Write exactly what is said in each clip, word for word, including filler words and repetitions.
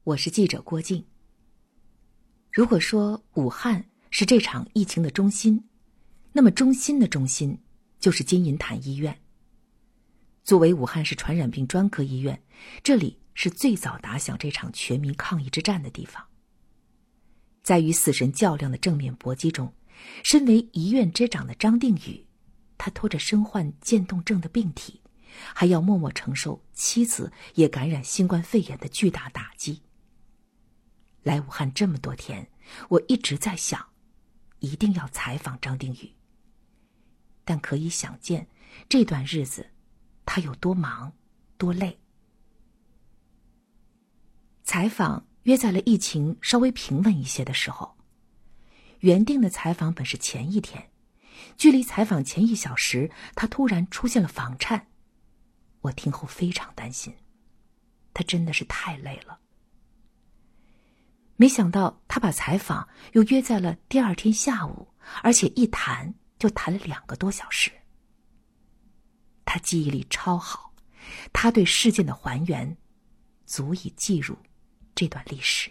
我是记者郭静。如果说武汉是这场疫情的中心，那么中心的中心就是金银潭医院。作为武汉市传染病专科医院，这里是最早打响这场全民抗疫之战的地方。在与死神较量的正面搏击中，身为医院之长的张定宇，他拖着身患渐冻症的病体，还要默默承受妻子也感染新冠肺炎的巨大打击。来武汉这么多天，我一直在想，一定要采访张定宇。但可以想见，这段日子他有多忙，多累。采访约在了疫情稍微平稳一些的时候。原定的采访本是前一天，距离采访前一小时，他突然出现了房颤。我听后非常担心，他真的是太累了。没想到他把采访又约在了第二天下午，而且一谈就谈了两个多小时。他记忆力超好，他对事件的还原足以记入这段历史。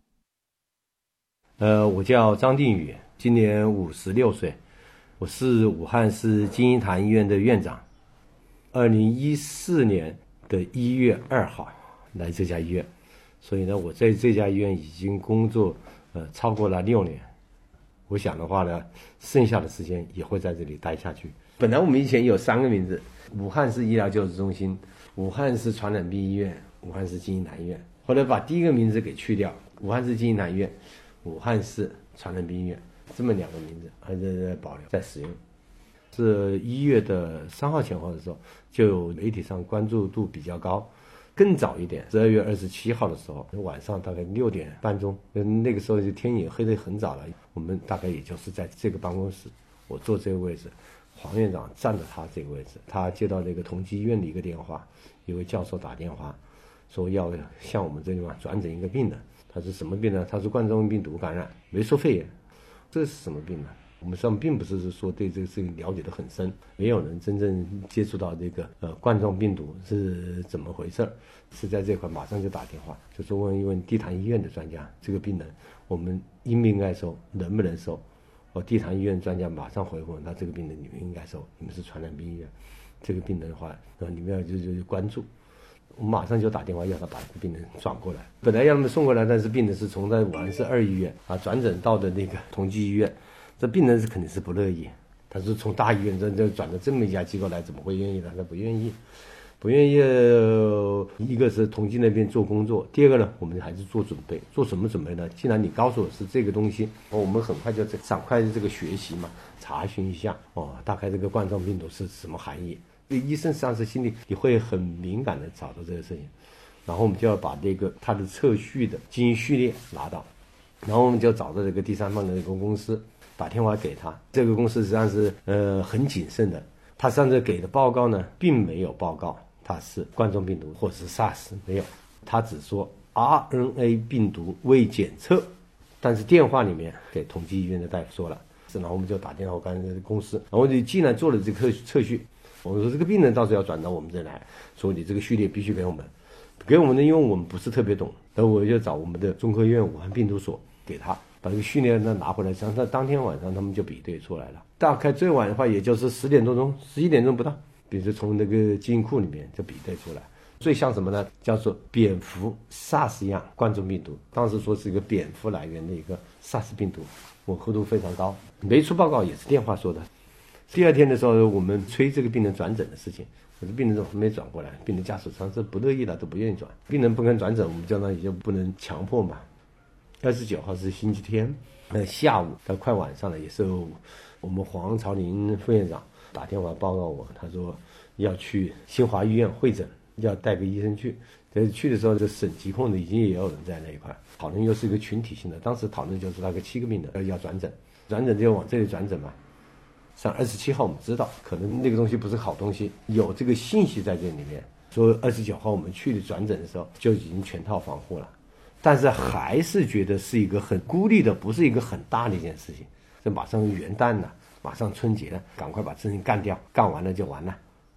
呃，我叫张定宇，今年五十六岁，我是武汉市金银潭医院的院长。二零一四年的一月二号来这家医院，所以呢，我在这家医院已经工作呃超过了六年。我想的话呢，剩下的时间也会在这里待下去。本来我们以前有三个名字：武汉市医疗救治中心、武汉市传染病医院、武汉市金银潭医院。后来把第一个名字给去掉，武汉市金银潭医院、武汉市传染病医院，这么两个名字还在保留在使用。是一月的三号前后的时候，就有媒体上关注度比较高。更早一点，十二月二十七号的时候，晚上大概六点半钟，那个时候就天也黑得很早了。我们大概也就是在这个办公室，我坐这个位置，黄院长站着他这个位置，他接到那个同济医院的一个电话，一位教授打电话说要向我们这地方转诊一个病人。他是什么病呢？他是冠状病毒感染，没说肺炎。这是什么病呢？我们上并不是说对这个事情了解得很深，没有人真正接触到这个呃冠状病毒是怎么回事，是在这块马上就打电话，就说问一问地坛医院的专家，这个病人我们应不应该收，能不能收？哦，地坛医院专家马上回复，那这个病人你们应该收，你们是传染病医院，这个病人的话，呃，你们要就就关注。我马上就打电话要他把这个病人转过来，本来要他们送过来，但是病人是从在武汉市二医院啊转诊到的那个同济医院，这病人是肯定是不乐意，他是从大医院这这转到这么一家机构来，怎么会愿意呢？他不愿意，不愿意。呃、一个是同济那边做工作，第二个呢，我们还是做准备，做什么准备呢？既然你告诉我是这个东西，我们很快就赶快的这个学习嘛，查询一下哦，大概这个冠状病毒是什么含义。医生实际上是心里你会很敏感的找到这个事情，然后我们就要把这个它的测序的基因序列拿到，然后我们就找到这个第三方的这个公司，打电话给他。这个公司实际上是呃很谨慎的，他上次给的报告呢，并没有报告它是冠状病毒或者是 SARS， 没有，他只说 R N A 病毒未检测，但是电话里面给同济医院的大夫说了，然后我们就打电话跟公司，然后你既然做了这个测序。我说这个病人到时候要转到我们这来，所以你这个序列必须给我们，给我们的，因为我们不是特别懂，然后我就找我们的中科院武汉病毒所给他把这个序列呢拿回来，像他当天晚上他们就比对出来了，大概最晚的话也就是十点多钟，十一点钟不到，比如说从那个基因库里面就比对出来，最像什么呢？叫做蝙蝠 SARS 样冠状病毒，当时说是一个蝙蝠来源的一个 SARS 病毒，吻合度非常高，没出报告也是电话说的。第二天的时候，我们催这个病人转诊的事情，可是病人还没转过来，病人家属上是不乐意了，都不愿意转。病人不肯转诊，我们将来也就不能强迫嘛。二十九号是星期天，呃，下午到快晚上了，也是我们黄朝林副院长打电话报告我，他说要去新华医院会诊，要带个医生去。但是去的时候，这省疾控的已经也有人在那一块讨论，又是一个群体性的，当时讨论就是大概七个病人要转诊，转诊就往这里转诊嘛。上二十七号我们知道可能那个东西不是好东西，有这个信息在这里面，所以二十九号我们去的转诊的时候就已经全套防护了，但是还是觉得是一个很孤立的，不是一个很大的一件事情。这马上元旦了，马上春节了，赶快把事情干掉，干完了就完了。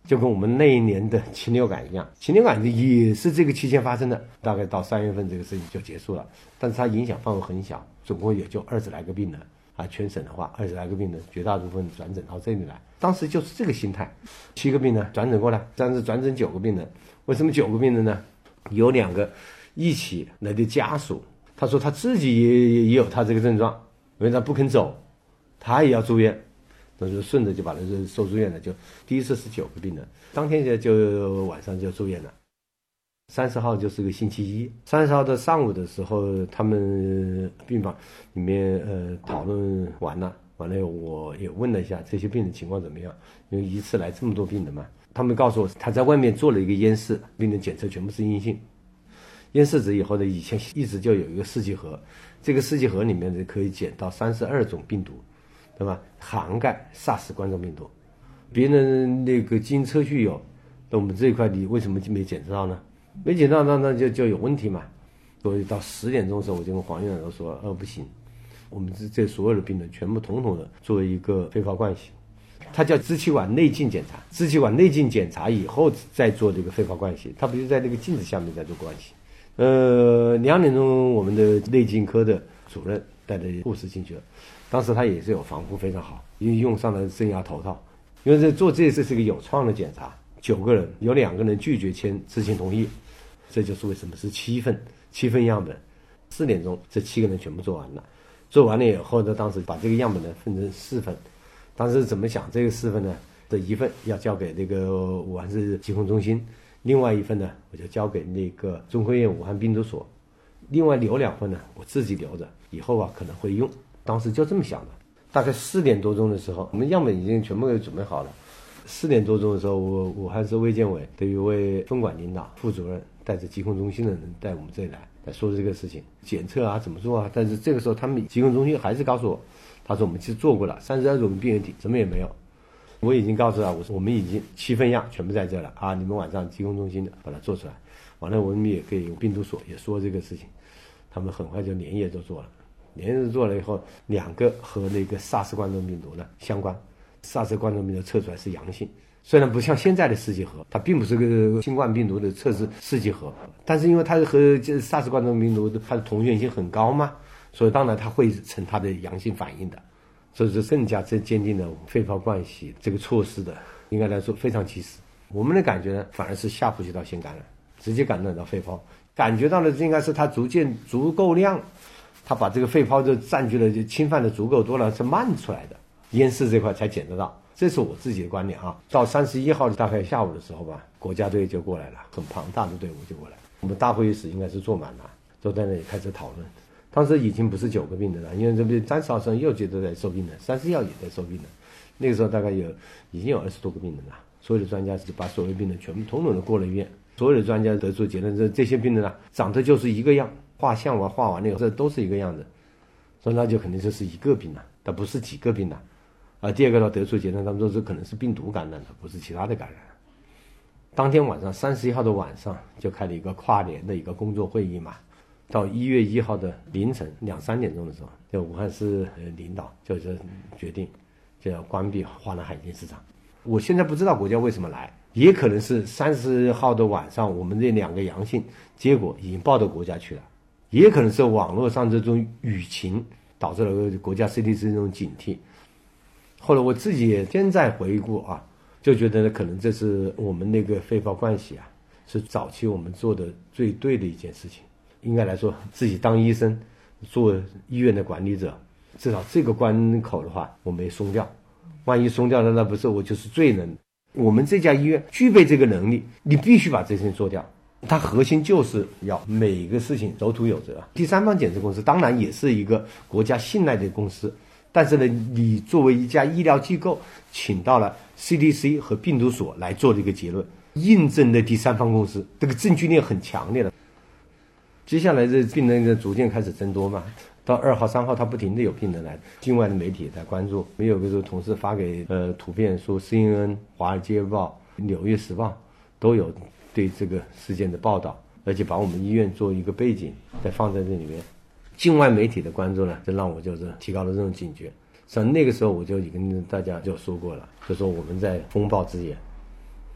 就跟我们那一年的禽流感一样，禽流感也是这个期间发生的，大概到三月份这个事情就结束了，但是它影响范围很小，总共也就二十来个病人啊，全省的话二十来个病人，绝大部分转诊到这里来，当时就是这个心态，七个病人转诊过来，但是转诊九个病人，为什么九个病人呢？有两个一起来的家属，他说他自己也也有他这个症状，因为他不肯走，他也要住院。那就顺着就把他收住院了，就第一次是九个病人，当天就就晚上就住院了。三十号就是个星期一，三十号的上午的时候，他们病房里面呃讨论完了，完了我也问了一下这些病人情况怎么样，因为一次来这么多病人嘛，他们告诉我他在外面做了一个咽拭，病人检测全部是阴性。咽拭子以后呢，以前一直就有一个试剂盒，这个试剂盒里面可以检到三十二种病毒。对吧？涵盖 SARS 冠状病毒，别人那个基因测序有，那我们这一块你为什么就没检测到呢？没检测到，那就就有问题嘛。所以到十点钟的时候，我就跟黄院长说：“呃，不行，我们这这所有的病人全部统统的作为一个非法惯洗，它叫支气管内镜检查，支气管内镜检查以后再做这个非法惯洗，它不是在那个镜子下面在做惯洗。呃，两点钟我们的内镜科的主任带着护士进去了。”当时他也是有防护非常好，因为用上了正压头套，因为这做这次是个有创的检查，九个人有两个人拒绝签知情同意，这就是为什么是七份七份样本，四点钟这七个人全部做完了，做完了以后呢，当时把这个样本呢分成四份，当时怎么想这个四份呢？这一份要交给那个武汉市疾控中心，另外一份呢我就交给那个中科院武汉病毒所，另外留两份呢我自己留着，以后啊可能会用。当时就这么想的，大概四点多钟的时候，我们样本已经全部给准备好了。四点多钟的时候，我武汉市卫健委的一位分管领导、副主任带着疾控中心的人带我们这里来，来说这个事情，检测啊怎么做啊。但是这个时候，他们疾控中心还是告诉我，他说我们其实做过了，三十二种病原体，什么也没有。我已经告诉他，我说我们已经七份样全部在这了啊，你们晚上疾控中心的把它做出来，完了我们也可以用病毒所也说这个事情，他们很快就连夜就做了。连日做了以后，两个和那个 SARS 冠状病毒呢相关 ，SARS 冠状病毒测出来是阳性，虽然不像现在的试剂盒，它并不是个新冠病毒的测试试剂盒，但是因为它和 SARS 冠状病毒它的同源性很高嘛，所以当然它会呈它的阳性反应的，所以是更加坚定了非法惯洗这个措施的，应该来说非常及时。我们的感觉呢，反而是下呼吸道腺感染，直接感染到肺泡，感觉到的应该是它逐渐足够量。他把这个肺泡就占据了，就侵犯的足够多了，是漫出来的。咽拭这块才检得到，这是我自己的观点啊。到三十一号大概下午的时候吧，国家队就过来了，很庞大的队伍就过来。我们大会议室应该是坐满了，都在那里开始讨论。当时已经不是九个病人了，因为这边三十号生又接着在收病人，三十号也在收病人。那个时候大概有已经有二十多个病人了，所有的专家就把所有病人全部统统的过了一遍。所有的专家得出结论，这这些病人啊，长得就是一个样。画像完画完了以后，这都是一个样子，所以那就肯定就是一个病了，它不是几个病了。啊，第二个呢，得出结论，他们说这可能是病毒感染的，不是其他的感染。当天晚上三十一号的晚上就开了一个跨年的一个工作会议嘛，到一月一号的凌晨两三点钟的时候，就武汉市领导就是决定就要关闭华南海鲜市场。我现在不知道国家为什么来，也可能是三十号的晚上我们这两个阳性结果已经报到国家去了。也可能是网络上这种舆情导致了国家 C D C 这种警惕。后来我自己也现在回顾啊，就觉得可能这是我们那个非法惯洗啊，是早期我们做的最对的一件事情。应该来说，自己当医生，做医院的管理者，至少这个关口的话，我没松掉。万一松掉了，那不是我就是罪人。我们这家医院具备这个能力，你必须把这些做掉。它核心就是要每个事情守土有责。第三方检测公司当然也是一个国家信赖的公司，但是呢，你作为一家医疗机构，请到了 C D C 和病毒所来做这个结论，印证的第三方公司，这个证据链很强烈的。接下来这病人逐渐开始增多嘛，到二号、三号，他不停的有病人来，境外的媒体在关注。没有个时候同事发给呃图片说 C N N、华尔街日报、纽约时报都有对这个事件的报道，而且把我们医院做一个背景再放在这里面。境外媒体的关注呢，就让我就是提高了这种警觉。像那个时候我就已经跟大家就说过了，就说我们在风暴之眼，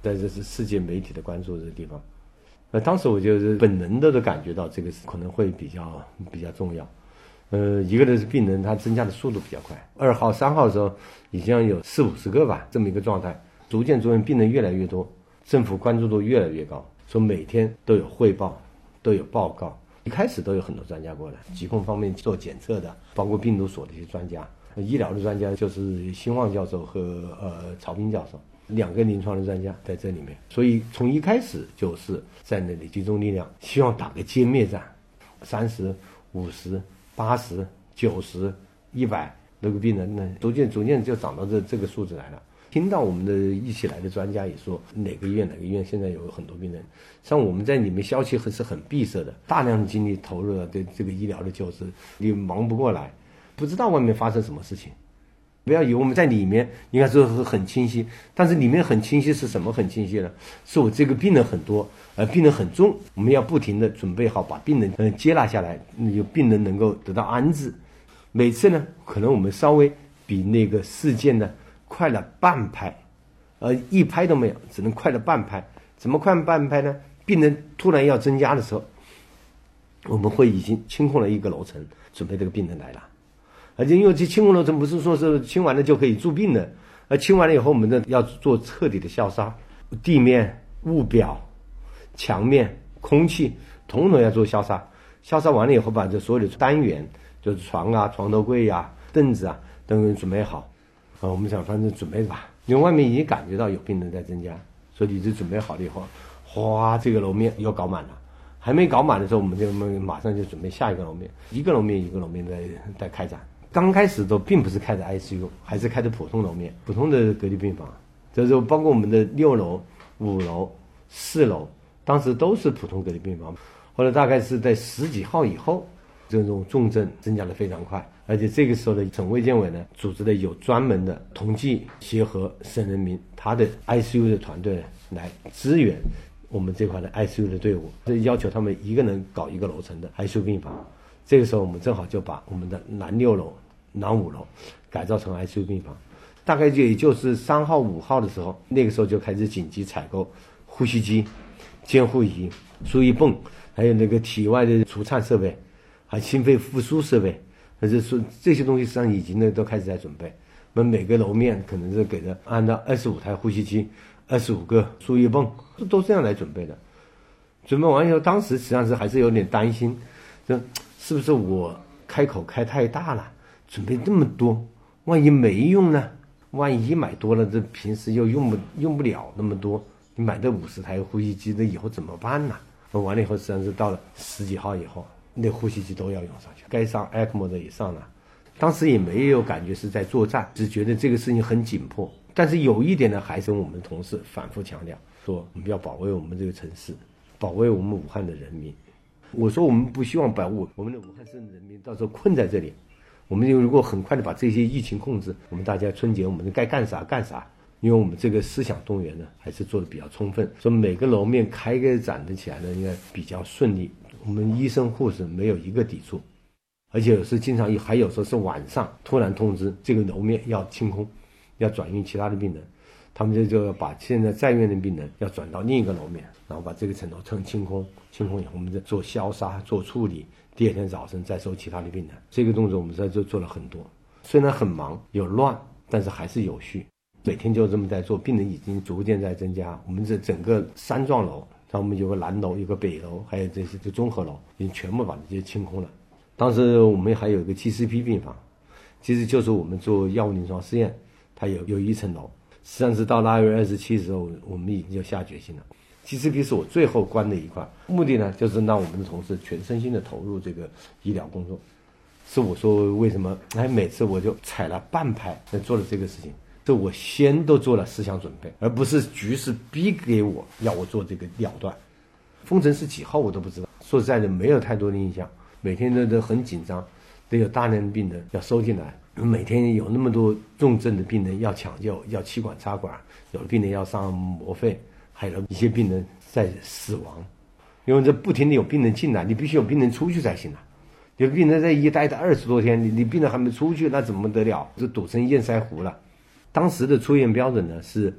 在这是世界媒体的关注这个地方。呃，当时我就是本能的都感觉到这个可能会比较比较重要。呃，一个呢是病人他增加的速度比较快，二号、三号的时候已经有四五十个吧，这么一个状态，逐渐逐渐病人越来越多，政府关注度越来越高，说每天都有汇报，都有报告。一开始都有很多专家过来，疾控方面做检测的，包括病毒所的一些专家，医疗的专家就是兴旺教授和呃曹斌教授，两个临床的专家在这里面。所以从一开始就是在那里集中力量，希望打个歼灭战，三十、五十。八十、九十、一百，那个病人呢，逐渐逐渐就涨到这这个数字来了。听到我们的一起来的专家也说，哪个医院哪个医院现在有很多病人，像我们在里面消息是很闭塞的，大量的精力投入了对这个医疗的救治，你忙不过来，不知道外面发生什么事情。不要以为我们在里面应该说很清晰，但是里面很清晰是什么很清晰呢？是我这个病人很多，呃，病人很重，我们要不停的准备好把病人嗯、呃、接纳下来，有病人能够得到安置。每次呢，可能我们稍微比那个事件呢快了半拍，呃，一拍都没有，只能快了半拍。怎么快半拍呢？病人突然要增加的时候，我们会已经清空了一个楼层，准备这个病人来了。而且因为这清空楼层不是说是清完了就可以住病的，而清完了以后，我们的要做彻底的消杀，地面、物表、墙面、空气，统统要做消杀。消杀完了以后，把这所有的单元，就是床啊、床头柜呀、啊、凳子啊，都准备好。啊，我们想反正准备吧，因为外面已经感觉到有病人在增加，所以你就准备好了以后，哗，这个楼面又搞满了。还没搞满的时候，我们就马上就准备下一个楼面，一个楼面一个楼面在在开展。刚开始都并不是开的 I C U， 还是开的普通楼面，普通的隔离病房。这时候包括我们的六楼、五楼、四楼，当时都是普通隔离病房。后来大概是在十几号以后，这种重症增加的非常快，而且这个时候的省卫健委呢，组织的有专门的同济协和省人民他的 I C U 的团队来支援我们这块的 I C U 的队伍，要求他们一个人搞一个楼层的 I C U 病房。这个时候我们正好就把我们的南六楼、南五楼改造成 I C U 病房，大概就也就是三号、五号的时候，那个时候就开始紧急采购呼吸机、监护仪、输液泵，还有那个体外的除颤设备，还有心肺复苏设备，就是说这些东西实际上已经呢都开始在准备。我们每个楼面可能是给的按照二十五台呼吸机、二十五个输液泵，都这样来准备的。准备完以后，当时实际上是还是有点担心，就是不是我开口开太大了，准备这么多，万一没用呢？万一买多了，这平时又用不用不了那么多，你买这五十台呼吸机，这以后怎么办呢？完了以后，实际上是到了十几号以后，那呼吸机都要用上去，该上 E C M O 的也上了。当时也没有感觉是在作战，只觉得这个事情很紧迫。但是有一点呢，还是我们的同事反复强调，说我们要保卫我们这个城市，保卫我们武汉的人民。我说我们不希望把我我们的武汉省人民到时候困在这里，我们如果很快的把这些疫情控制，我们大家春节我们该干啥干啥。因为我们这个思想动员呢，还是做的比较充分，所以每个楼面开个展的起来呢，应该比较顺利。我们医生护士没有一个抵触，而且是经常还有时候是晚上突然通知这个楼面要清空，要转运其他的病人，他们就就要把现在在院的病人要转到另一个楼面，然后把这个层楼层清空，清空以后我们再做消杀做处理，第二天早晨再收其他的病人。这个动作我们在这做了很多，虽然很忙有乱，但是还是有序。每天就这么在做，病人已经逐渐在增加。我们这整个三幢楼，像我们有个南楼有个北楼，还有这些这综合楼已经全部把这些清空了。当时我们还有一个 G C P 病房，其实就是我们做药物临床试验，它有有一层楼。实际上是到腊月二十七的时候，我们已经就下决心了。G C P 是我最后关的一块，目的呢就是让我们的同事全身心的投入这个医疗工作。是我说为什么哎每次我就踩了半拍在做了这个事情。是我先都做了思想准备，而不是局势逼给我要我做这个了断。封城是几号我都不知道，说实在的没有太多的印象，每天都都很紧张，都有大量的病人要收进来，每天有那么多重症的病人要抢救，要气管插管，有的病人要上膜肺，还有一些病人在死亡。因为这不停的有病人进来，你必须有病人出去才行啊。有病人在一待的二十多天，你你病人还没出去，那怎么得了？就堵成堰塞湖了。当时的出院标准呢是，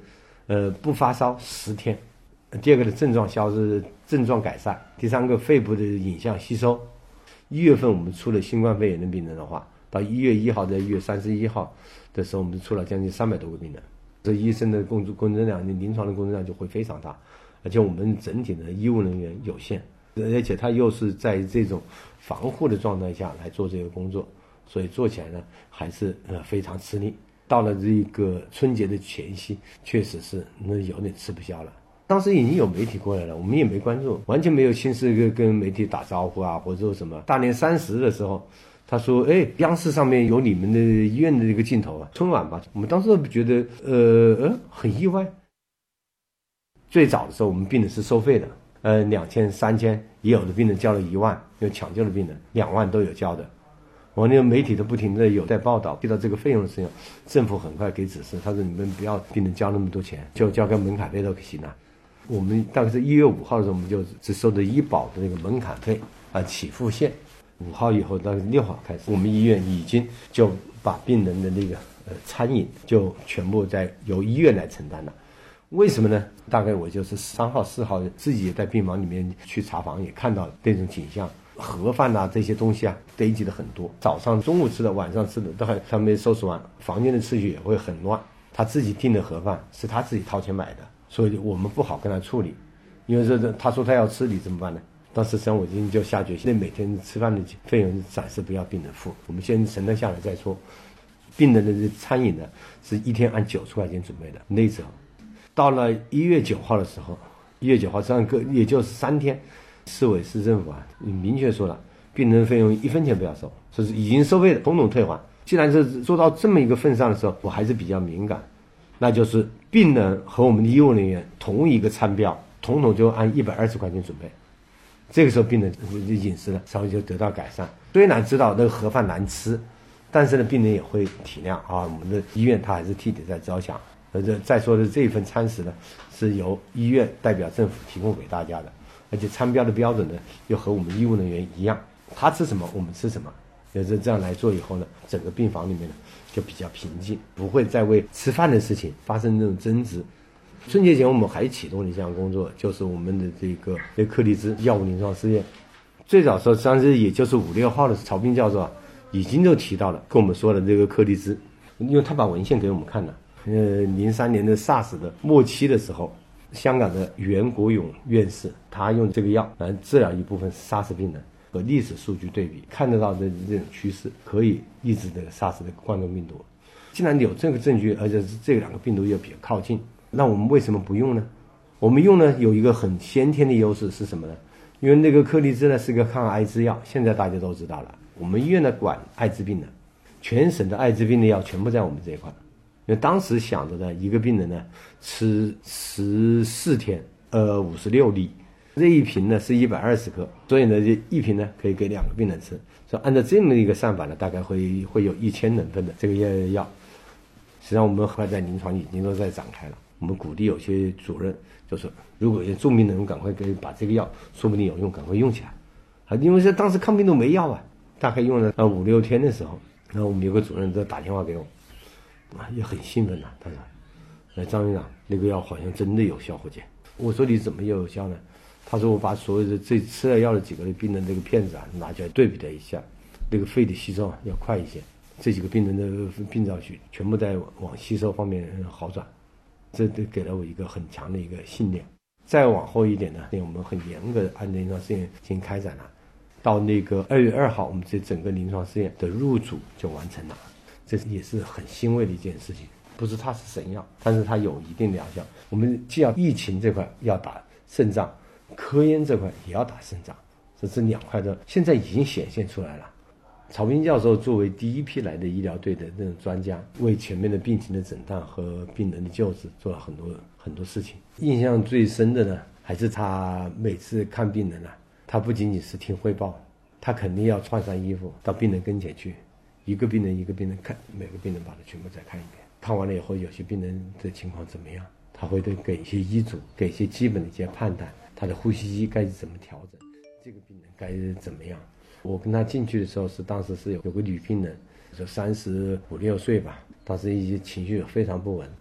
呃，不发烧十天。第二个的症状消失，症状改善。第三个肺部的影像吸收。一月份我们出了新冠肺炎的病人的话，到一月一号到一月三十一号的时候，我们出了将近三百多个病人。这医生的工作工作量，临床的工作量就会非常大，而且我们整体的医务人员有限，而且他又是在这种防护的状态下来做这个工作，所以做起来呢还是呃非常吃力。到了这个春节的前夕，确实是那有点吃不消了。当时已经有媒体过来了，我们也没关注，完全没有心思跟跟媒体打招呼啊，或者说什么。大年三十的时候，他说：“哎，央视上面有你们的医院的这个镜头啊，春晚吧。”我们当时觉得呃呃很意外。最早的时候，我们病人是收费的，呃两千、三千，也有的病人交了一万，有抢救的病人两万都有交的。我那个媒体都不停的有在报道，提到这个费用的时候，政府很快给指示，他说你们不要病人交那么多钱，就交个门槛费都可行了。我们大概是一月五号的时候，我们就只收的医保的那个门槛费啊起付线。五号以后到六号开始，我们医院已经就把病人的那个呃餐饮就全部在由医院来承担了。为什么呢？大概我就是三号、四号自己也在病房里面去查房，也看到了这种景象。盒饭啊这些东西啊堆积的很多，早上中午吃的晚上吃的都还他没收拾完，房间的秩序也会很乱。他自己订的盒饭是他自己掏钱买的，所以我们不好跟他处理，因为这他说他要吃你怎么办呢？当时实际上我已经就下决心，每天吃饭的费用暂时不要病人付，我们先承担下来再说。病人的餐饮呢是一天按九十块钱准备的，那时候到了一月九号的时候，一月九号这样个也就是三天。市委市政府啊，明确说了，病人费用一分钱不要收，说是已经收费的统统退还。既然是做到这么一个份上的时候，我还是比较敏感，那就是病人和我们的医务人员同一个餐标，统统就按一百二十块钱准备。这个时候病人饮食呢稍微就得到改善。虽然知道那个盒饭难吃，但是呢病人也会体谅啊，我们的医院他还是替你在着想。而这再说的这一份餐食呢，是由医院代表政府提供给大家的。而且餐标的标准呢，又和我们医务人员一样，他吃什么我们吃什么，就是这样来做以后呢，整个病房里面呢就比较平静，不会再为吃饭的事情发生这种争执。春节前我们还启动了一项工作，就是我们的这个这克利兹药物临床试验。最早时候，实际上是也就是五六号的曹斌教授啊，已经就提到了，跟我们说了这个克利兹，因为他把文献给我们看了。呃，零三年的 SARS 的末期的时候。香港的袁国勇院士，他用这个药来治疗一部分沙士病人，和历史数据对比，看得到的这种趋势，可以抑制这个沙士的冠状病毒。既然有这个证据，而且是这两个病毒又比较靠近，那我们为什么不用呢？我们用呢有一个很先天的优势是什么呢？因为那个克利兹呢是个抗艾滋药，现在大家都知道了。我们医院呢管艾滋病的，全省的艾滋病的药全部在我们这一块。因为当时想着呢，一个病人呢吃十四天，呃，五十六粒，这一瓶呢是一百二十克，所以呢，这一瓶呢可以给两个病人吃。所以按照这么一个算法呢，大概会会有一千人份的这个药药。实际上，我们后来在临床已经都在展开了。我们鼓励有些主任，就是如果有些重病人，赶快给把这个药，说不定有用，赶快用起来。啊，因为是当时抗病毒没药啊，大概用了啊五六天的时候，然后我们有个主任就打电话给我。啊，也很兴奋呐、啊。他说：“呃，张院长，那个药好像真的有效火箭。”我说：“你怎么有效呢？”他说：“我把所有的这吃了药的几个病人这个片子啊拿出来对比了一下，那个肺的吸收啊要快一些，这几个病人的病灶区全部在往吸收方面好转，这这给了我一个很强的一个信念。再往后一点呢，我们很严格的按临床试验进行开展了，到那个二月二号，我们这整个临床试验的入组就完成了。”这也是很欣慰的一件事情，不是它是神药，但是它有一定疗效。我们既要疫情这块要打肾脏，科研这块也要打肾脏，这这两块的现在已经显现出来了。曹斌教授作为第一批来的医疗队的这种专家，为前面的病情的诊断和病人的救治做了很多很多事情。印象最深的呢，还是他每次看病人啊，他不仅仅是听汇报，他肯定要穿上衣服到病人跟前去。一个病人一个病人看，每个病人把它全部再看一遍，看完了以后有些病人的情况怎么样，他会对给一些医嘱，给一些基本的一些判断，他的呼吸机该怎么调整，这个病人该怎么样。我跟他进去的时候是当时是有有个女病人，就三十五六岁吧，当时一些情绪非常不稳，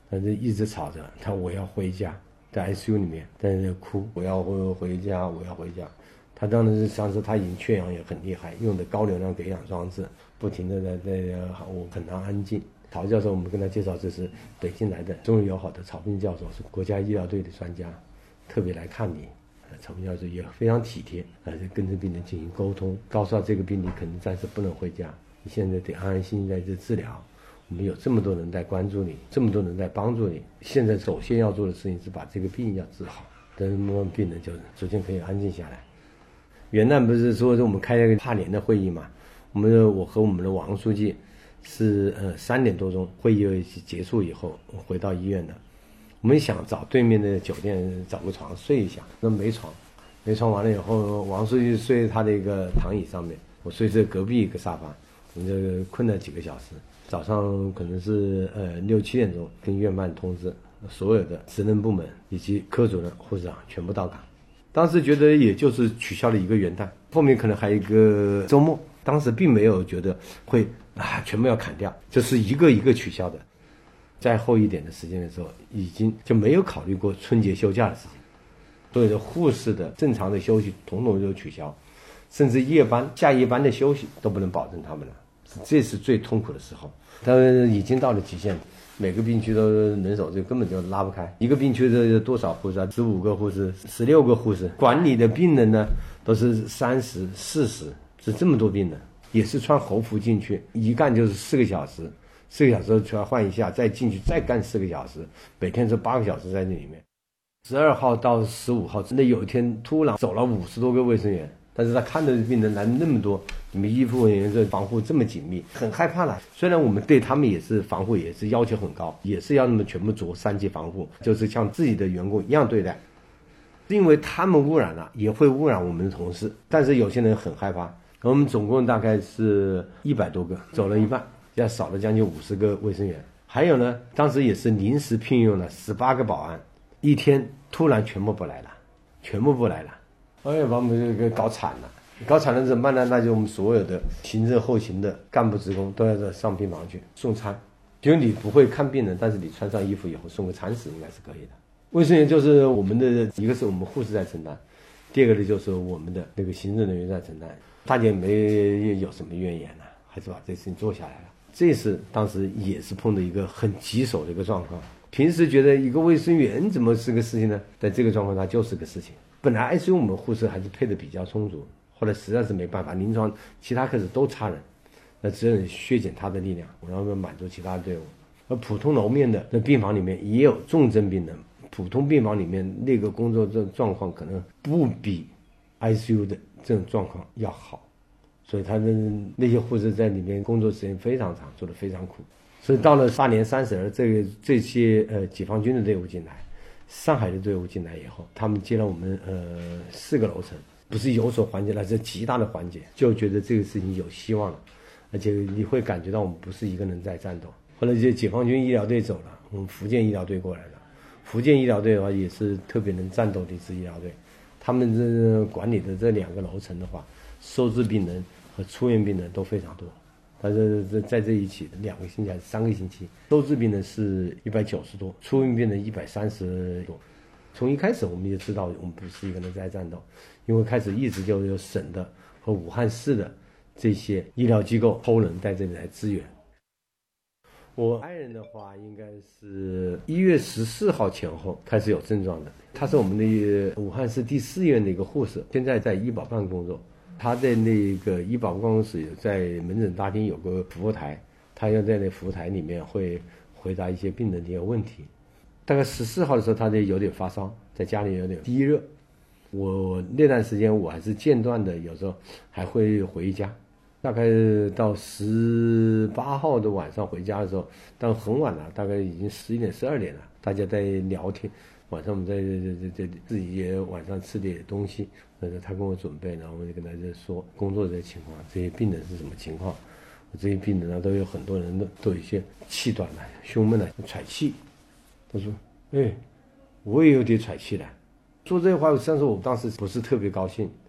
他就一直吵着，他我要回家，在 I C U 里面在那哭，我要回家，我要回家。他当时当时他已经缺氧也很厉害，用的高流量给氧装置，不停的在在我很难安静。曹教授我们跟他介绍，这是北京来的中日友好的曹斌教授，是国家医疗队的专家，特别来看你。曹斌教授也非常体贴，呃，跟着病人进行沟通，告诉他这个病例可能暂时不能回家，你现在得安安心心在这治疗。我们有这么多人在关注你，这么多人在帮助你，现在首先要做的事情是把这个病要治好，等病人就逐渐可以安静下来。元旦不是说我们开了一个跨年的会议嘛？我们我和我们的王书记是呃三点多钟会议结束以后回到医院的。我们想找对面的酒店找个床睡一下，那没床，没床完了以后，王书记睡他的一个躺椅上面，我睡在隔壁一个沙发，我们就困了几个小时。早上可能是呃六七点钟跟院办通知，所有的职能部门以及科主任、护士长全部到岗。当时觉得也就是取消了一个元旦，后面可能还有一个周末，当时并没有觉得会啊全部要砍掉，就是一个一个取消的。再后一点的时间的时候，已经就没有考虑过春节休假的事情，所有的护士的正常的休息统统就取消，甚至夜班下夜班的休息都不能保证他们了，这是最痛苦的时候。但是已经到了极限，每个病区都人手就根本就拉不开，一个病区的多少护士啊？十五个护士，十六个护士，管理的病人呢都是三十、四十，是这么多病人，也是穿猴服进去，一干就是四个小时。四个小时出来换一下，再进去再干四个小时，每天是八个小时在那里面。十二号到十五号，那有一天突然走了五十多个卫生员，但是他看到病人来那么多，你们医护人员这防护这么紧密，很害怕了。虽然我们对他们也是防护也是要求很高，也是要那么全部着三级防护，就是像自己的员工一样对待。因为他们污染了，也会污染我们的同事，但是有些人很害怕。我们总共大概是一百多个，走了一半。要少了将近五十个卫生员，还有呢，当时也是临时聘用了十八个保安，一天突然全部不来了，全部不来了，哎呀，把我们这个搞惨了，搞惨了怎么办呢？那就我们所有的行政后勤的干部职工都要上病房去送餐，就你不会看病人，但是你穿上衣服以后送个餐食应该是可以的。卫生员就是我们的，一个是我们护士在承担，第二个呢就是我们的那个行政人员在承担，大家没有什么怨言啊，还是把这事情做下来了。这是当时也是碰到一个很棘手的一个状况。平时觉得一个卫生员怎么是个事情呢？在这个状况它就是个事情。本来 I C U 我们护士还是配的比较充足，后来实在是没办法，临床其他科室都差人，那只能削减他的力量，然后满足其他队伍。而普通楼面的那病房里面也有重症病人，普通病房里面那个工作这状况可能不比 I C U 的这种状况要好。所以他的那些护士在里面工作时间非常长，做得非常苦。所以到了大年三十儿，这个这些呃解放军的队伍进来，上海的队伍进来以后，他们接了我们呃四个楼层，不是有所缓解了，是极大的缓解，就觉得这个事情有希望了，而且你会感觉到我们不是一个人在战斗。后来就解放军医疗队走了，我们福建医疗队过来了。福建医疗队的话也是特别能战斗的一支医疗队，他们这管理的这两个楼层的话，收治病人和出院病人都非常多，但是在这一起两个星期还是三个星期，收治病人是一百九十多，出院病人一百三十多。从一开始我们就知道我们不是一个人在战斗，因为开始一直就有省的和武汉市的这些医疗机构偷人在这里来支援。我爱人的话应该是一月十四号前后开始有症状的，他是我们的武汉市第四院的一个护士，现在在医保办工作。他在那个医保办公室在门诊大厅有个服务台，他要在那服务台里面会回答一些病人的一些问题。大概十四号的时候他就有点发烧，在家里有点低热，我那段时间我还是间断的，有时候还会回家，大概到十八号的晚上回家的时候，但很晚了，大概已经十一点十二点了，大家在聊天，晚上我们在这这自己也晚上吃点东西，呃，他跟我准备，然后我就跟他就说工作的情况，这些病人是什么情况，这些病人呢都有很多人都都有一些气短了、胸闷了、喘气。他说：“哎，我也有点喘气了。”说这话，但是我当时不是特别高兴，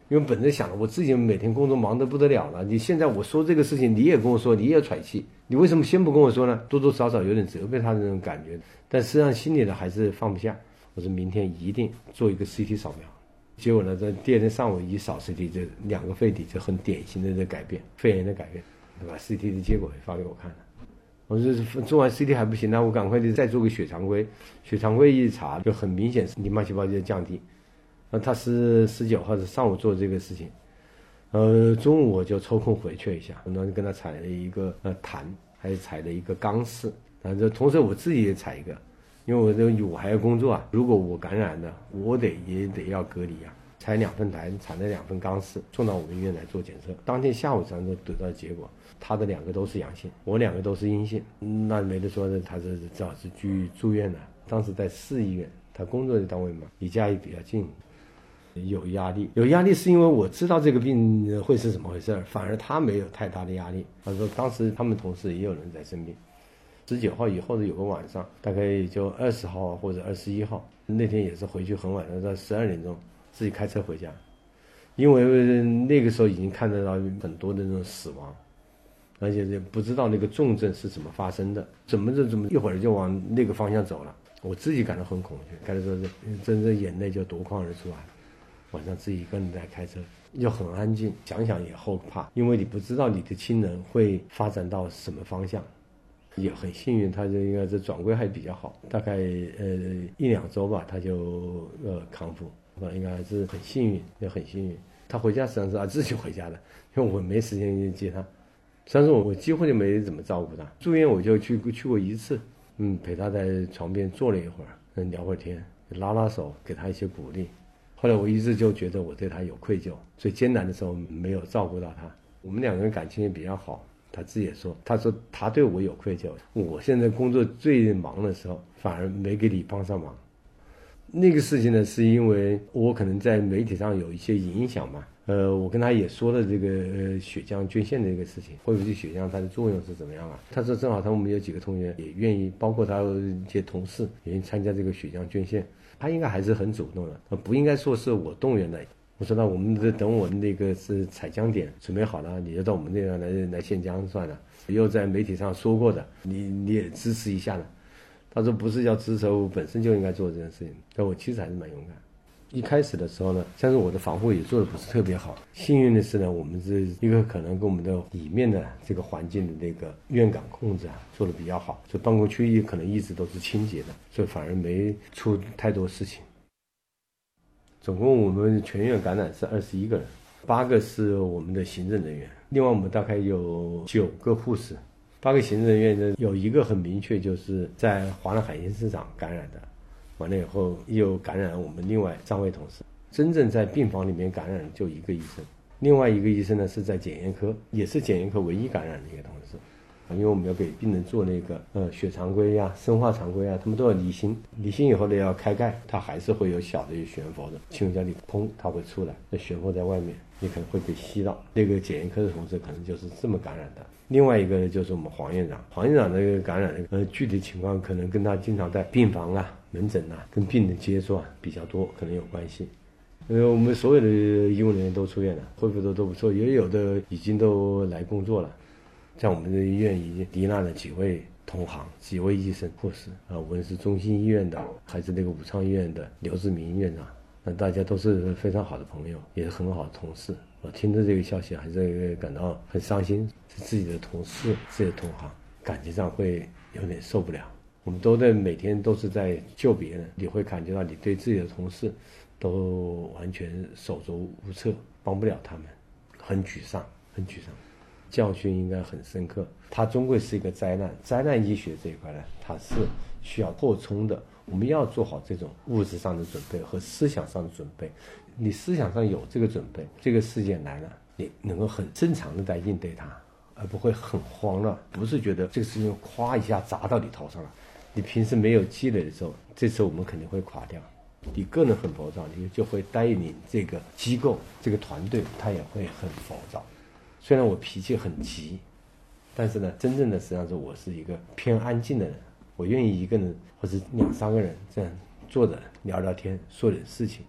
因为本着想了，我自己每天工作忙得不得了了，你现在我说这个事情，你也跟我说，你也喘气，你为什么先不跟我说呢？多多少少有点责备他的那种感觉，但实际上心里呢还是放不下。我说明天一定做一个 C T 扫描。结果呢，在第二天上午一扫 C T， 这两个肺底就很典型的这改变，肺炎的改变，对吧 ？C T 的结果也发给我看了。我说做完 C T 还不行，那我赶快就再做个血常规。血常规一查，就很明显是淋巴细胞就降低。那他是十九号是上午做这个事情，呃，中午我就抽空回去一下，然后跟他采了一个呃痰，还采了一个肛试，然后同时我自己也采一个，因为我这我还要工作啊，如果我感染了，我得也得要隔离啊。采两份痰，采了两份肛试，送到我们医院来做检测。当天下午咱就得到结果，他的两个都是阳性，我两个都是阴性，那没得说的，他是只好是去住院的。当时在市医院，他工作的单位嘛，离家也比较近。有压力，有压力是因为我知道这个病会是怎么回事，反而他没有太大的压力。他说当时他们同事也有人在生病。十九号以后的有个晚上，大概也就二十号或者二十一号，那天也是回去很晚的，到十二点钟自己开车回家，因为那个时候已经看得到很多的那种死亡，而且也不知道那个重症是怎么发生的，怎么着怎么一会儿就往那个方向走了，我自己感到很恐惧，开始说是真正眼泪就夺眶而出来。晚上自己一个人在开车，又很安静，想想也后怕，因为你不知道你的亲人会发展到什么方向。也很幸运，他就应该是转归还比较好，大概呃一两周吧，他就呃康复，应该还是很幸运，也很幸运。他回家实际上是他自己回家的，因为我没时间接他，实际上是我我几乎就没怎么照顾他。住院我就去去过一次，嗯，陪他在床边坐了一会儿，聊会儿天，拉拉手，给他一些鼓励。后来我一直就觉得我对他有愧疚，最艰难的时候没有照顾到他。我们两个人感情也比较好，他自己也说，他说他对我有愧疚，我现在工作最忙的时候反而没给你帮上忙。那个事情呢，是因为我可能在媒体上有一些影响嘛，呃，我跟他也说了这个呃血浆捐献的这个事情，恢复性血浆它的作用是怎么样啊？他说正好他们有几个同学也愿意，包括他一些同事也愿意参加这个血浆捐献。他应该还是很主动的，不应该说是我动员的。我说那我们等我们那个是采浆点准备好了，你就到我们这边来来献浆算了。又在媒体上说过的，你你也支持一下的。他说不是要支持，我本身就应该做这件事情。但我其实还是蛮勇敢。一开始的时候呢，像是我的防护也做的不是特别好。幸运的是呢，我们是一个可能跟我们的里面的这个环境的那个院感控制啊做的比较好，所以办公区域可能一直都是清洁的，所以反而没出太多事情。总共我们全院感染是二十一个人，八个是我们的行政人员，另外我们大概有九个护士。八个行政人员呢，有一个很明确，就是在华南海鲜市场感染的。完了以后又感染我们另外三位同事，真正在病房里面感染就一个医生，另外一个医生呢是在检验科，也是检验科唯一感染的一个同事。因为我们要给病人做那个呃血常规呀、生化常规啊，他们都要离心，离心以后呢要开盖，它还是会有小的悬浮的，气溶胶里砰它会出来，那悬浮在外面，你可能会被吸到。那个检验科的同事可能就是这么感染的。另外一个呢就是我们黄院长，黄院长那个感染的呃具体情况可能跟他经常在病房啊、门诊啊跟病人接触啊比较多，可能有关系。呃，我们所有的医务人员都出院了，恢复的都不错，也有的已经都来工作了。在我们的医院已经罹难了几位同行，几位医生、护士啊，无论是中心医院的，还是那个武昌医院的刘志明院长，那大家都是非常好的朋友，也是很好的同事。我听着这个消息，还是感到很伤心，是自己的同事、自己的同行，感觉上会有点受不了。我们都在每天都是在救别人，你会感觉到你对自己的同事都完全手足无措，帮不了他们，很沮丧，很沮丧。教训应该很深刻，它终归是一个灾难。灾难医学这一块呢，它是需要扩充的。我们要做好这种物质上的准备和思想上的准备。你思想上有这个准备，这个事件来了，你能够很正常的来应对它，而不会很慌乱。不是觉得这个事情咵一下砸到你头上了，你平时没有积累的时候，这次我们肯定会垮掉。你个人很浮躁，你就会带领这个机构、这个团队，他也会很浮躁。虽然我脾气很急，但是呢，真正的实际上是我是一个偏安静的人，我愿意一个人或者两三个人这样坐着聊聊天，说点事情，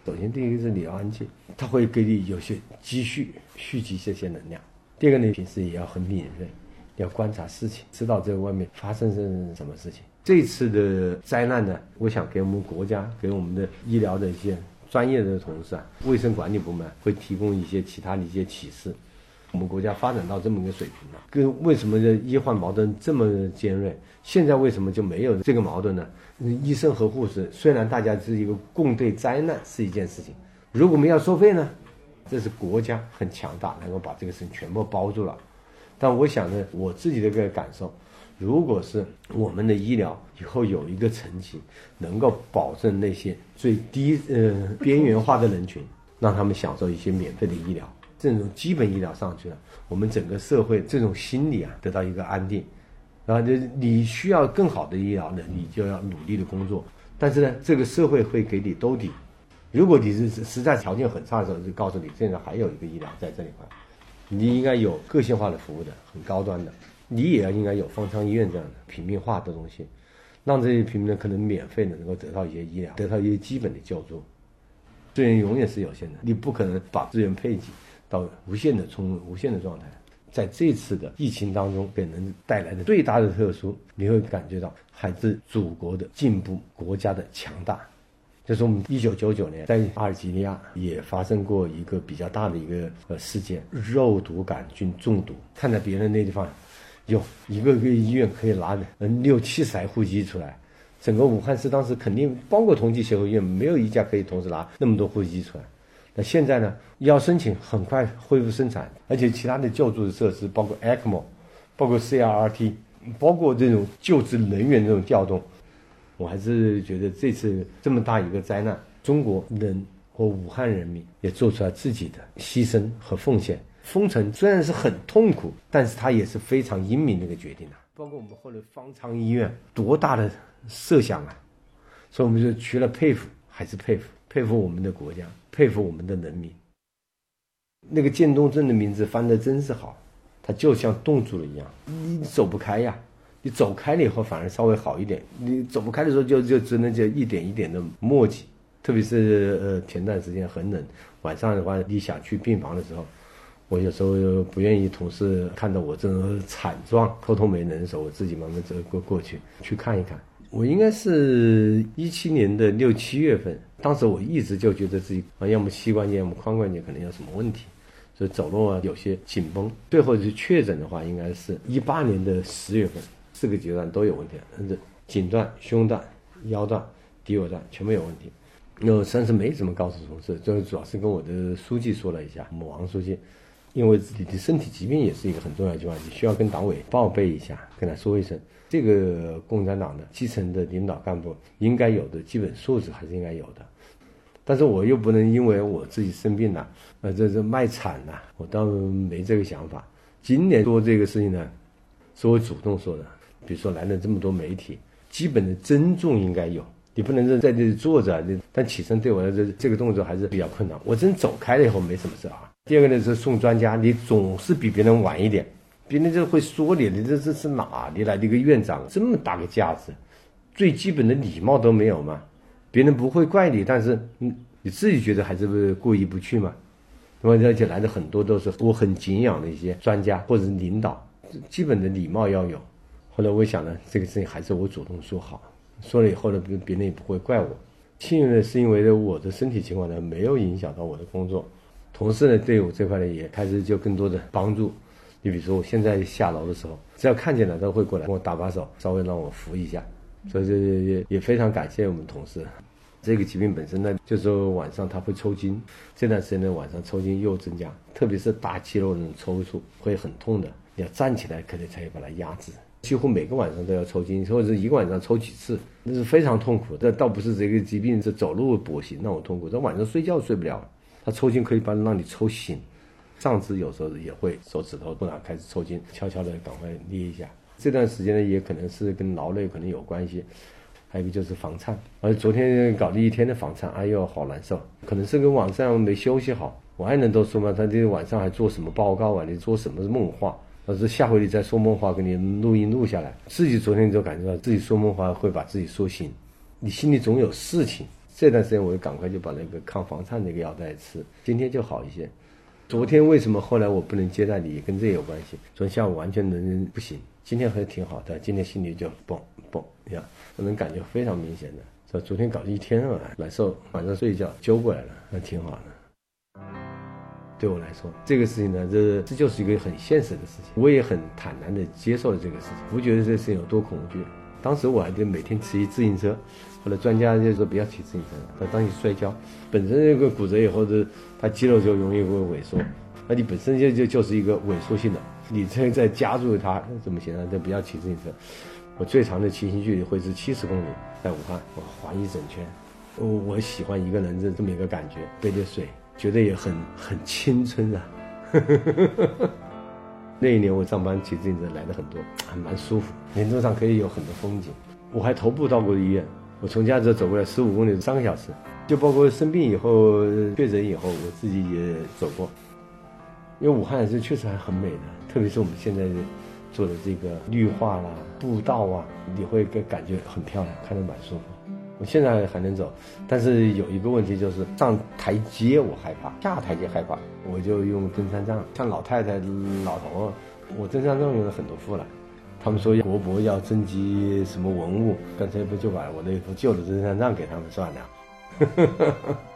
首先第一个是你要安静，它会给你有些积蓄蓄积这些能量。第二个呢，平时也要很敏锐，要观察事情，知道这个外面发生是什么事情。这次的灾难呢，我想给我们国家，给我们的医疗的一些专业的同事啊，卫生管理部门会提供一些其他的一些启示。我们国家发展到这么一个水平了，跟为什么这医患矛盾这么尖锐？现在为什么就没有这个矛盾呢？医生和护士虽然大家是一个共对灾难是一件事情，如果我们要收费呢，这是国家很强大，能够把这个事情全部包住了。但我想呢，我自己的个感受，如果是我们的医疗以后有一个层级，能够保证那些最低呃边缘化的人群，让他们享受一些免费的医疗，这种基本医疗上去了，我们整个社会这种心理啊得到一个安定。然后你需要更好的医疗呢，你就要努力的工作。但是呢，这个社会会给你兜底。如果你是实在条件很差的时候，就告诉你现在还有一个医疗在这里块，你应该有个性化的服务的，很高端的。你也要应该有方舱医院这样的平民化的东西，让这些平民呢可能免费的能够得到一些医疗，得到一些基本的救助。资源永远是有限的，你不可能把资源配给到无限的充无限的状态。在这次的疫情当中给人带来的最大的特殊，你会感觉到还是祖国的进步，国家的强大。就是我们一九九九年在阿尔及利亚也发生过一个比较大的一个呃事件，肉毒杆菌中毒。看在别人那地方有一个个医院可以拿嗯六七十台户籍出来，整个武汉市当时肯定包括同济协和医院没有一家可以同时拿那么多户籍出来。那现在呢，要申请很快恢复生产，而且其他的救助的设施，包括 E C M O， 包括 C R R T， 包括这种救治人员这种调动，我还是觉得这次这么大一个灾难，中国人和武汉人民也做出了自己的牺牲和奉献。封城虽然是很痛苦，但是它也是非常英明的一个决定啊。包括我们后来方舱医院多大的设想啊，所以我们就除了佩服还是佩服，佩服我们的国家，佩服我们的人民。那个渐冻症的名字翻得真是好，它就像冻住了一样，你走不开呀。你走开了以后反而稍微好一点，你走不开的时候就就只能就一点一点的磨叽。特别是呃前段时间很冷，晚上的话你想去病房的时候，我有时候不愿意同事看到我这种惨状，偷偷没人的时候，我自己慢慢走过过去去看一看。我应该是一七年的六七月份，当时我一直就觉得自己啊，要么膝关节，要么髋关节可能有什么问题，所以走路啊有些紧绷。最后是确诊的话，应该是一八年的十月份，四个阶段都有问题，嗯，颈段、胸段、腰段、骶尾段全部有问题。那但是没怎么告诉同事，就主要是跟我的书记说了一下，我们王书记。因为你的身体疾病也是一个很重要的地方，你需要跟党委报备一下，跟他说一声。这个共产党的基层的领导干部应该有的基本素质还是应该有的，但是我又不能因为我自己生病了，呃，这这卖惨了，我倒没这个想法。今年做这个事情呢，是我主动说的，比如说来了这么多媒体，基本的尊重应该有。你不能在这里坐着，但起身对我的这个动作还是比较困难。我真走开了以后没什么事啊。第二个呢是送专家，你总是比别人晚一点，别人就会说你，你这这是哪里来的一个院长，这么大个架子，最基本的礼貌都没有吗？别人不会怪你，但是嗯，你自己觉得还是不过意不去嘛。那么而且来的很多都是我很敬仰的一些专家或者是领导，基本的礼貌要有。后来我想呢，这个事情还是我主动说好。说了以后呢，别人也不会怪我。幸运的是，因为我的身体情况呢，没有影响到我的工作。同事呢，对我这块呢，也开始就更多的帮助。你比如说，我现在下楼的时候，只要看见了，都会过来跟我搭把手，稍微让我扶一下。所以这也也非常感谢我们同事。这个疾病本身呢，就是说晚上它会抽筋，这段时间呢，晚上抽筋又增加，特别是大肌肉那种抽搐会很痛的，你要站起来可能才会把它压制。几乎每个晚上都要抽筋，或者是一个晚上抽几次，那是非常痛苦。这倒不是这个疾病是走路跛行让我痛苦，这晚上睡觉睡不了，它抽筋可以把让你抽醒。上肢有时候也会手指头突然开始抽筋，悄悄的赶快捏一下。这段时间呢，也可能是跟劳累可能有关系，还有一个就是房颤，而昨天搞了一天的房颤，哎呦好难受，可能是跟晚上没休息好。我爱人都说嘛，他这晚上还做什么报告啊？你做什么梦话？而是下回你再说梦话，给你录音录下来。自己昨天就感觉到自己说梦话会把自己说醒，你心里总有事情， 这段时间我就赶快就把那个抗房颤那个药带吃，今天就好一些。昨天为什么后来我不能接待你，也跟这有关系。昨天下午完全能不行，今天还挺好的，今天心里就蹦蹦呀，我能感觉非常明显的。说昨天搞了一天了，难受，晚上睡一觉揪过来了，那挺好的。对我来说，这个事情呢，这这就是一个很现实的事情，我也很坦然地接受了这个事情，不觉得这个事情有多恐惧。当时我还得每天骑自行车，后来专家就说不要骑自行车，他当你摔跤，本身这个骨折以后的，它肌肉就容易会萎缩，那你本身就就就是一个萎缩性的，你这再加入它怎么行呢？就不要骑自行车。我最长的骑行距离会是七十公里，在武汉我环一整圈。我我喜欢一个人这这么一个感觉，背着水，觉得也很很青春啊。那一年我上班骑自行车来的很多，还蛮舒服，沿路上可以有很多风景。我还徒步到过医院，我从家这走过来十五公里，三个小时。就包括生病以后、确诊以后，我自己也走过。因为武汉是确实还很美的，特别是我们现在做的这个绿化啦、步道啊，你会感觉很漂亮，看着蛮舒服。我现在还能走，但是有一个问题就是上台阶我害怕，下台阶害怕，我就用登山杖。像老太太、老头，我登山杖用了很多副了。他们说国博要征集什么文物，干脆不就把我那副旧的登山杖给他们算了。